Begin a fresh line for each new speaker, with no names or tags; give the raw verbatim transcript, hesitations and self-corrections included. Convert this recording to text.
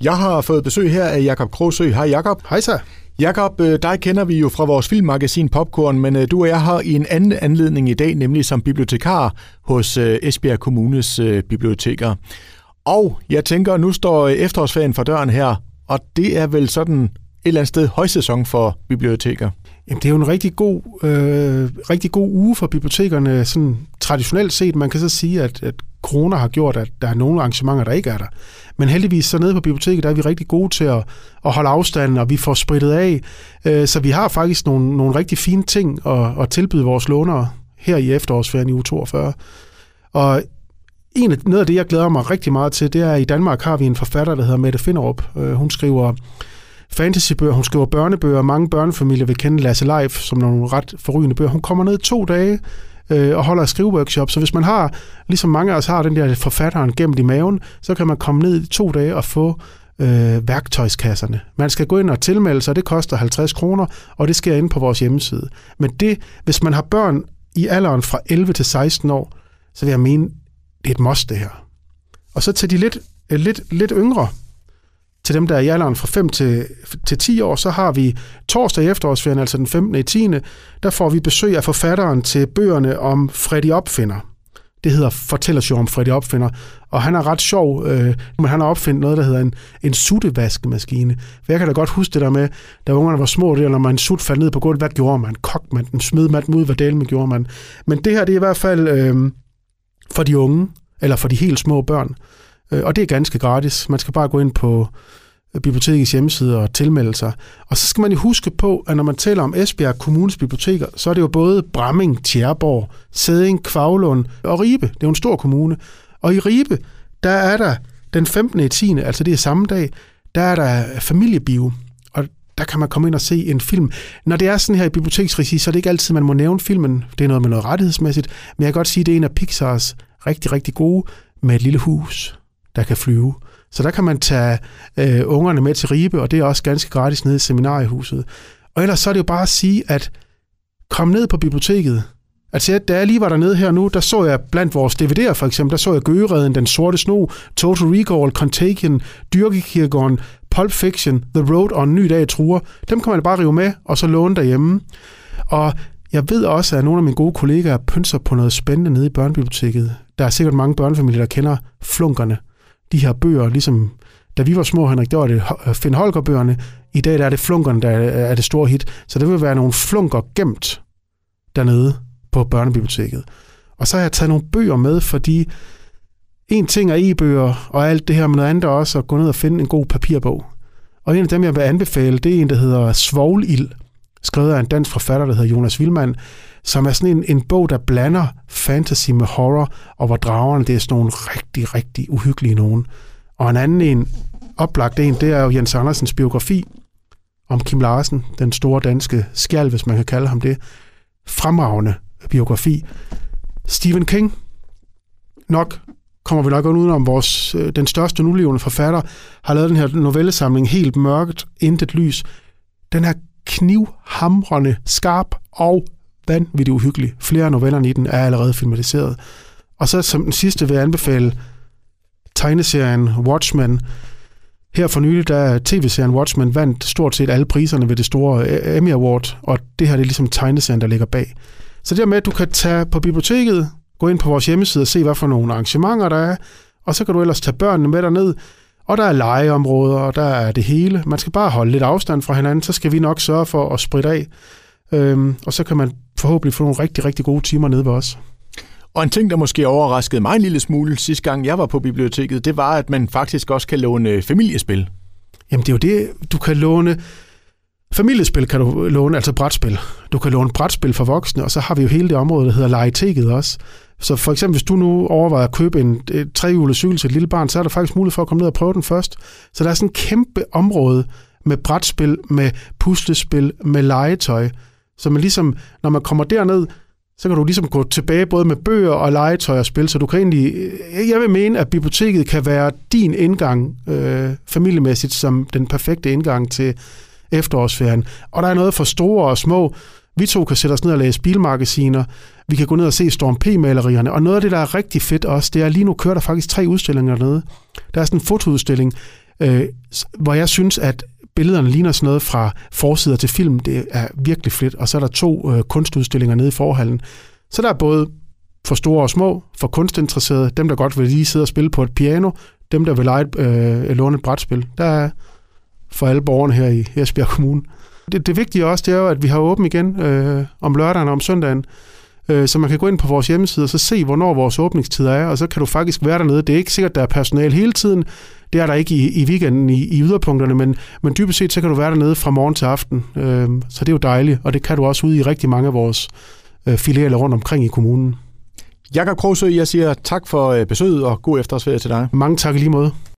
Jeg har fået besøg her af Jakob Krogsø. Hej Jakob.
Hej så.
Jakob, dig kender vi jo fra vores filmmagasin Popcorn, men du og jeg har i en anden anledning i dag, nemlig som bibliotekar hos Esbjerg Kommunes biblioteker. Og jeg tænker, nu står efterårsferien for døren her, og det er vel sådan et eller andet sted højsæson for biblioteker.
Jamen, det er jo en rigtig god, øh, rigtig god uge for bibliotekerne, sådan traditionelt set. Man kan så sige, at, at corona har gjort, at der er nogle arrangementer, der ikke er der. Men heldigvis så nede på biblioteket, der er vi rigtig gode til at, at holde afstanden, og vi får spritet af. Øh, så vi har faktisk nogle, nogle rigtig fine ting at, at tilbyde vores lånere her i efterårsferien i uge toogfyrre. Og en af, noget af det, jeg glæder mig rigtig meget til, det er, at i Danmark har vi en forfatter, der hedder Mette Finderup. Øh, hun skriver fantasybøger, hun skriver børnebøger, mange børnefamilier vil kende Lasse Leif som nogle ret forrygende bøger. Hun kommer ned to dage øh, og holder skriveworkshop, så hvis man har, ligesom mange af os har den der forfatteren gemt i maven, så kan man komme ned i to dage og få øh, værktøjskasserne. Man skal gå ind og tilmelde sig, det koster halvtreds kroner, og det sker inde på vores hjemmeside. Men det, hvis man har børn i alderen fra elleve til seksten år, så vil jeg mene, det er et must det her. Og så til de lidt, lidt, lidt yngre, til dem, der er i alderen fra fem til ti år, så har vi torsdag i efterårsferien, altså den femtende tiende der får vi besøg af forfatteren til bøgerne om Freddy Opfinder. Det hedder Fortællershow om Freddy Opfinder, og han er ret sjov, øh, men han har opfundet noget, der hedder en, en suttevaskemaskine. For jeg kan da godt huske det der med, da ungerne var små, der, når man sut faldt ned på gulvet, hvad gjorde man? Kogte man den? Smed man den ud? Hvad delen med gjorde man? Men det her, det er i hvert fald øh, for de unge, eller for de helt små børn. Og det er ganske gratis. Man skal bare gå ind på bibliotekets hjemmeside og tilmelde sig. Og så skal man jo huske på, at når man taler om Esbjerg Kommunes biblioteker, så er det jo både Bramming, Tjæreborg, Sædding, Kvavlund og Ribe. Det er jo en stor kommune. Og i Ribe, der er der den femtende tiende altså det er samme dag, der er der familiebio. Og der kan man komme ind og se en film. Når det er sådan her i biblioteksregi, så er det ikke altid, man må nævne filmen. Det er noget med noget rettighedsmæssigt. Men jeg kan godt sige, at det er en af Pixars rigtig, rigtig gode med et lille hus, der kan flyve. Så der kan man tage øh, ungerne med til Ribe, og det er også ganske gratis nede i seminariehuset. Og ellers så er det jo bare at sige, at kom ned på biblioteket. Altså, da jeg lige var dernede her nu, der så jeg blandt vores D V D'er for eksempel, der så jeg Gøgereden, Den Sorte Sno, Total Recall, Contagion, Dyrkekirkegården, Pulp Fiction, The Road og En Ny Dag Truer. Dem kan man bare rive med, og så låne derhjemme. Og jeg ved også, at nogle af mine gode kollegaer pynser på noget spændende nede i børnebiblioteket. Der er sikkert mange børnefamilier, der kender Flunkerne. De her bøger, ligesom da vi var små, Henrik, der var det Finn Holger-bøgerne. I dag der er det Flunkerne, der er det store hit. Så der vil være nogle flunker gemt dernede på børnebiblioteket. Og så har jeg taget nogle bøger med, fordi en ting er e-bøger, og alt det her med noget andet også, at gå ned og finde en god papirbog. Og en af dem, jeg vil anbefale, det er en, der hedder Svovlild, skrevet af en dansk forfatter, der hedder Jonas Wilman, som er sådan en, en bog, der blander fantasy med horror, og hvor dragerne, det er sådan nogle rigtig, rigtig uhyggelige nogen. Og en anden en, oplagt en, det er jo Jens Andersens biografi om Kim Larsen, den store danske skjald, hvis man kan kalde ham det. Fremragende biografi. Stephen King, nok kommer vi nok udenom vores, den største nulevende forfatter, har lavet den her novellesamling, Helt mørkt, intet lys. Den er knivhamrende, skarp og vanvittigt uhyggelig. Flere af novellerne i den er allerede filmatiseret. Og så som den sidste vil jeg anbefale tegneserien Watchmen. Her for nylig, der tv-serien Watchmen vandt stort set alle priserne ved det store Emmy Award, og det her det er ligesom tegneserien, der ligger bag. Så dermed, at du kan tage på biblioteket, gå ind på vores hjemmeside og se, hvad for nogle arrangementer der er, og så kan du ellers tage børnene med derned, og der er legeområder, og der er det hele. Man skal bare holde lidt afstand fra hinanden, så skal vi nok sørge for at spritte af, øhm, og så kan man forhåbentlig få nogle rigtig, rigtig gode timer nede ved os.
Og en ting, der måske overraskede mig en lille smule sidste gang, jeg var på biblioteket, det var, at man faktisk også kan låne familiespil.
Jamen, det er jo det, du kan låne. Familiespil kan du låne, altså brætspil. Du kan låne brætspil for voksne, og så har vi jo hele det område, der hedder legeteket også. Så for eksempel, hvis du nu overvejer at købe en trehjulet cykel til et lille barn, så er der faktisk mulighed for at komme ned og prøve den først. Så der er sådan et kæmpe område med brætspil, med puslespil, med legetøj. Så man ligesom, når man kommer derned, så kan du ligesom gå tilbage både med bøger og legetøj og spil, så du kan egentlig, jeg vil mene, at biblioteket kan være din indgang øh, familiemæssigt som den perfekte indgang til efterårsferien. Og der er noget for store og små. Vi to kan sætte os ned og læse bilmagasiner. Vi kan gå ned og se Storm P-malerierne. Og noget af det, der er rigtig fedt også, det er, lige nu kører der faktisk tre udstillinger dernede. Der er sådan en fotoudstilling øh, hvor jeg synes, at billederne ligner sådan noget fra forsider til film. Det er virkelig fedt. Og så er der to øh, kunstudstillinger nede i forhallen. Så der er både for store og små, for kunstinteresserede, dem, der godt vil lige sidde og spille på et piano, dem, der vil lege et, øh, låne et brætspil. Der er for alle borgerne her i Esbjerg Kommune. Det, det vigtige også, det er jo, at vi har åbent igen øh, om lørdagen og om søndagen, øh, så man kan gå ind på vores hjemmeside og så se, hvornår vores åbningstider er, og så kan du faktisk være dernede. Det er ikke sikkert, der er personale hele tiden. Det er der ikke i, i weekenden i, i yderpunkterne, men, men dybest set, så kan du være dernede fra morgen til aften. Øh, så det er jo dejligt, og det kan du også ude i rigtig mange af vores øh, filialer rundt omkring i kommunen.
Jakob Krogsøe, jeg siger tak for besøget og god efterårsferie til dig.
Mange tak i lige måde.